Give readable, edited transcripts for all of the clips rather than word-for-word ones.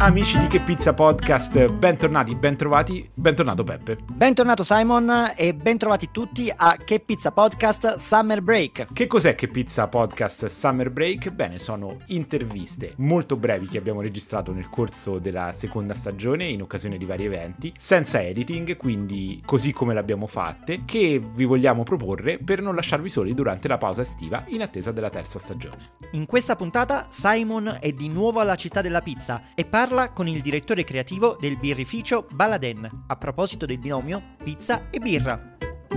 Amici di Che Pizza Podcast, bentornati, bentrovati, bentornato Peppe. Bentornato Simon e bentrovati tutti a Che Pizza Podcast Summer Break. Che cos'è Che Pizza Podcast Summer Break? Bene, sono interviste molto brevi che abbiamo registrato nel corso della seconda stagione in occasione di vari eventi, senza editing, quindi così come l'abbiamo fatte, che vi vogliamo proporre per non lasciarvi soli durante la pausa estiva in attesa della terza stagione. In questa puntata Simon è di nuovo alla città della pizza e parla con il direttore creativo del birrificio Baladen a proposito del binomio pizza e birra.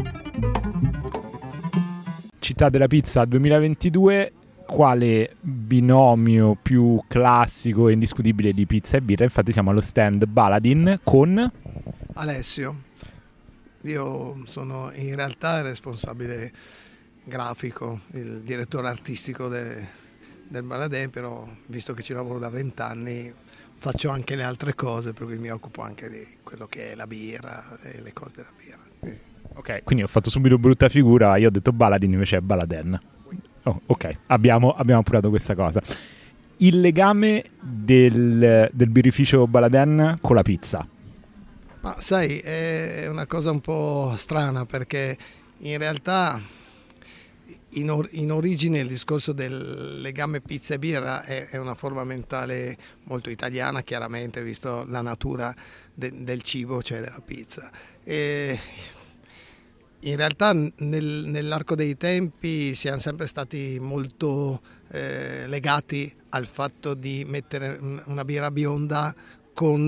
Città della pizza 2022, quale binomio più classico e indiscutibile di pizza e birra? Infatti siamo allo stand Baladen con Alessio. Io sono in realtà il responsabile grafico, il direttore artistico del Baladen, però visto che ci lavoro da 20 anni faccio anche le altre cose, per cui mi occupo anche di quello che è la birra e le cose della birra. Ok, quindi ho fatto subito brutta figura, io ho detto Baladen invece è Baladen. Oh, ok, abbiamo appurato questa cosa. Il legame del birrificio Baladen con la pizza? Ma sai, è una cosa un po' strana perché in realtà in origine il discorso del legame pizza e birra è una forma mentale molto italiana, chiaramente, visto la natura del cibo, cioè della pizza. E in realtà nell'arco dei tempi siamo sempre stati molto legati al fatto di mettere una birra bionda con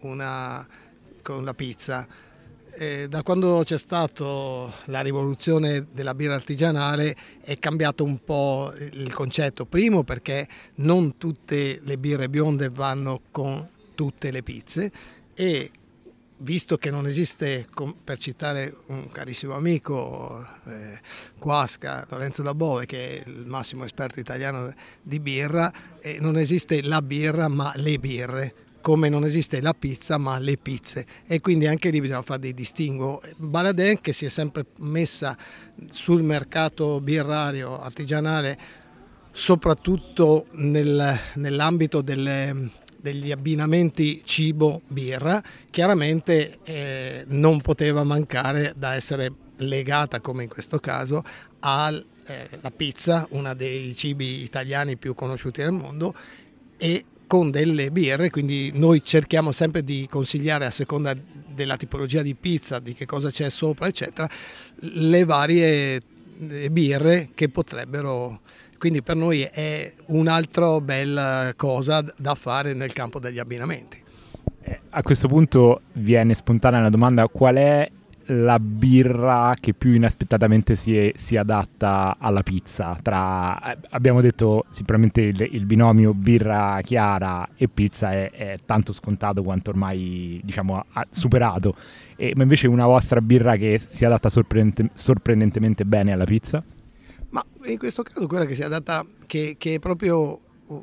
la pizza. Da quando c'è stata la rivoluzione della birra artigianale è cambiato un po' il concetto. Primo perché non tutte le birre bionde vanno con tutte le pizze e visto che non esiste, per citare un carissimo amico, Guasca, Lorenzo Dabove, che è il massimo esperto italiano di birra, non esiste la birra ma le birre, come non esiste la pizza ma le pizze, e quindi anche lì bisogna fare dei distinguo. Baladen, che si è sempre messa sul mercato birrario artigianale soprattutto nell'ambito degli abbinamenti cibo-birra, chiaramente non poteva mancare da essere legata, come in questo caso, alla pizza, una dei cibi italiani più conosciuti nel mondo, e con delle birre, quindi noi cerchiamo sempre di consigliare a seconda della tipologia di pizza, di che cosa c'è sopra, eccetera, le varie birre che potrebbero. Quindi per noi è un'altra bella cosa da fare nel campo degli abbinamenti. A questo punto viene spontanea la domanda: qual è la birra che più inaspettatamente si adatta alla pizza? Abbiamo detto sicuramente il binomio birra chiara e pizza è tanto scontato quanto ormai, diciamo, superato, ma invece una vostra birra che si adatta sorprendentemente bene alla pizza? Ma in questo caso quella che si adatta, che è proprio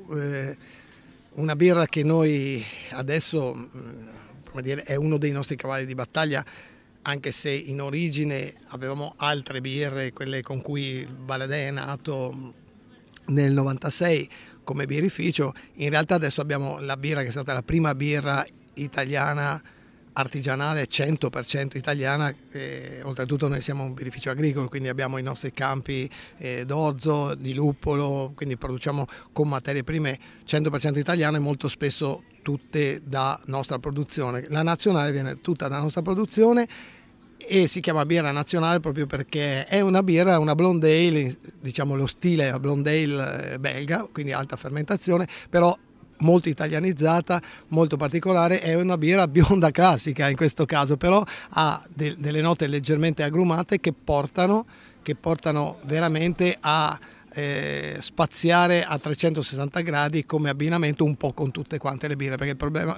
una birra che noi adesso, come dire, è uno dei nostri cavalli di battaglia, anche se in origine avevamo altre birre, quelle con cui il Baladen è nato nel 96 come birrificio. In realtà adesso abbiamo la birra che è stata la prima birra italiana artigianale 100% italiana, oltretutto noi siamo un birrificio agricolo, quindi abbiamo i nostri campi d'orzo, di luppolo, quindi produciamo con materie prime 100% italiane, molto spesso tutte da nostra produzione. La nazionale viene tutta da nostra produzione e si chiama birra nazionale proprio perché è una birra, una blonde ale, diciamo lo stile a blonde ale belga, quindi alta fermentazione, però molto italianizzata, molto particolare. È una birra bionda classica in questo caso, però ha delle note leggermente agrumate che portano veramente a spaziare a 360 gradi come abbinamento un po' con tutte quante le birre, perché il problema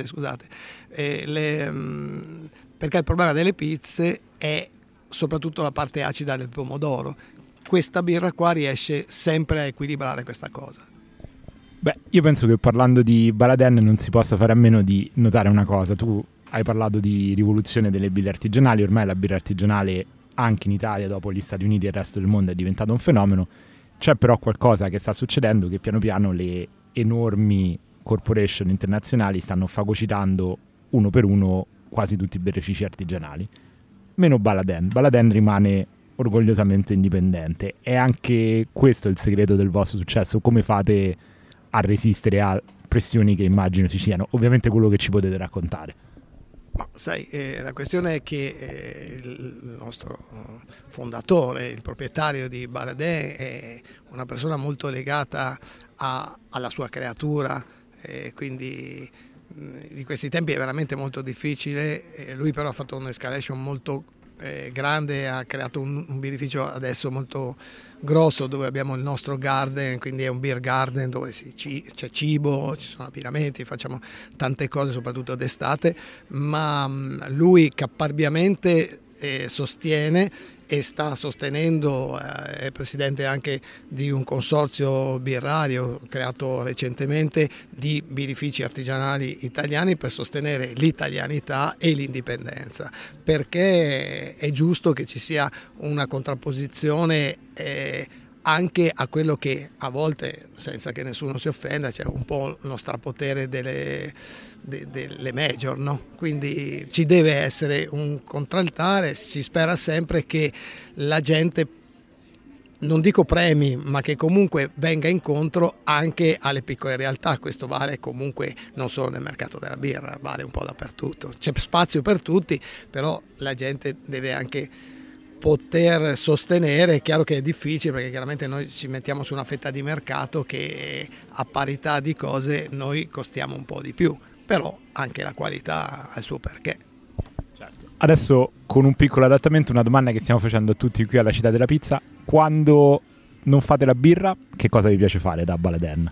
perché il problema delle pizze è soprattutto la parte acida del pomodoro. Questa birra qua riesce sempre a equilibrare questa cosa. Beh, io penso che parlando di Baladen non si possa fare a meno di notare una cosa. Tu hai parlato di rivoluzione delle birre artigianali, ormai la birra artigianale anche in Italia, dopo gli Stati Uniti e il resto del mondo, è diventato un fenomeno. C'è però qualcosa che sta succedendo, che piano piano le enormi corporation internazionali stanno fagocitando uno per uno quasi tutti i birrifici artigianali. Meno Baladin. Baladin rimane orgogliosamente indipendente. È anche questo il segreto del vostro successo? Come fate a resistere a pressioni che immagino ci siano? Ovviamente quello che ci potete raccontare. Ma sai, la questione è che il nostro fondatore, il proprietario di Baladin, è una persona molto legata alla sua creatura, quindi di questi tempi è veramente molto difficile. Lui però ha fatto un'escalation molto grande, ha creato un birrificio adesso molto grosso dove abbiamo il nostro garden, quindi è un beer garden dove c'è cibo, ci sono abbinamenti, facciamo tante cose soprattutto d'estate, ma lui caparbiamente sostiene e sta sostenendo, è presidente anche di un consorzio birrario creato recentemente di birrifici artigianali italiani per sostenere l'italianità e l'indipendenza, perché è giusto che ci sia una contrapposizione anche a quello che a volte, senza che nessuno si offenda, c'è un po' uno strapotere delle major, no? Quindi ci deve essere un contraltare, si spera sempre che la gente, non dico premi, ma che comunque venga incontro anche alle piccole realtà. Questo vale comunque non solo nel mercato della birra, vale un po' dappertutto. C'è spazio per tutti, però la gente deve anche poter sostenere. È chiaro che è difficile perché chiaramente noi ci mettiamo su una fetta di mercato che a parità di cose noi costiamo un po' di più, però anche la qualità ha il suo perché. Certo. Adesso con un piccolo adattamento, una domanda che stiamo facendo a tutti qui alla Città della Pizza: quando non fate la birra, che cosa vi piace fare da Baladin?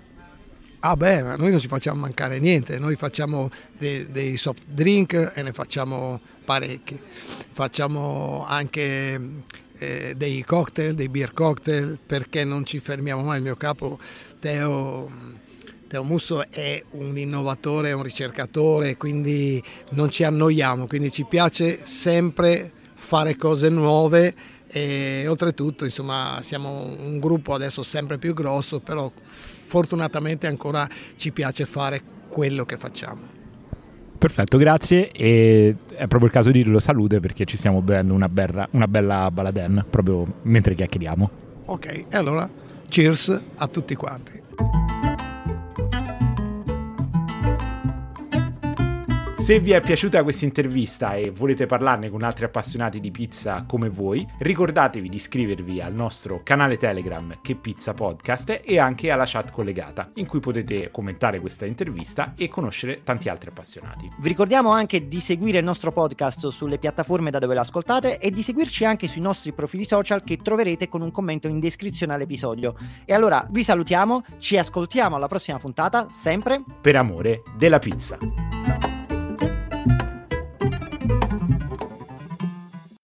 Ma noi non ci facciamo mancare niente, noi facciamo dei soft drink e ne facciamo parecchi, facciamo anche dei cocktail, dei beer cocktail, perché non ci fermiamo mai. Il mio capo Teo Musso è un innovatore, un ricercatore, quindi non ci annoiamo, quindi ci piace sempre fare cose nuove. E oltretutto insomma siamo un gruppo adesso sempre più grosso, però fortunatamente ancora ci piace fare quello che facciamo. Perfetto, grazie, e è proprio il caso di dirlo, salute, perché ci stiamo bevendo una bella Baladin proprio mentre chiacchieriamo. Ok, e allora cheers a tutti quanti. Se vi è piaciuta questa intervista e volete parlarne con altri appassionati di pizza come voi, ricordatevi di iscrivervi al nostro canale Telegram Che Pizza Podcast e anche alla chat collegata, in cui potete commentare questa intervista e conoscere tanti altri appassionati. Vi ricordiamo anche di seguire il nostro podcast sulle piattaforme da dove lo ascoltate e di seguirci anche sui nostri profili social che troverete con un commento in descrizione all'episodio. E allora vi salutiamo, ci ascoltiamo alla prossima puntata, sempre per amore della pizza.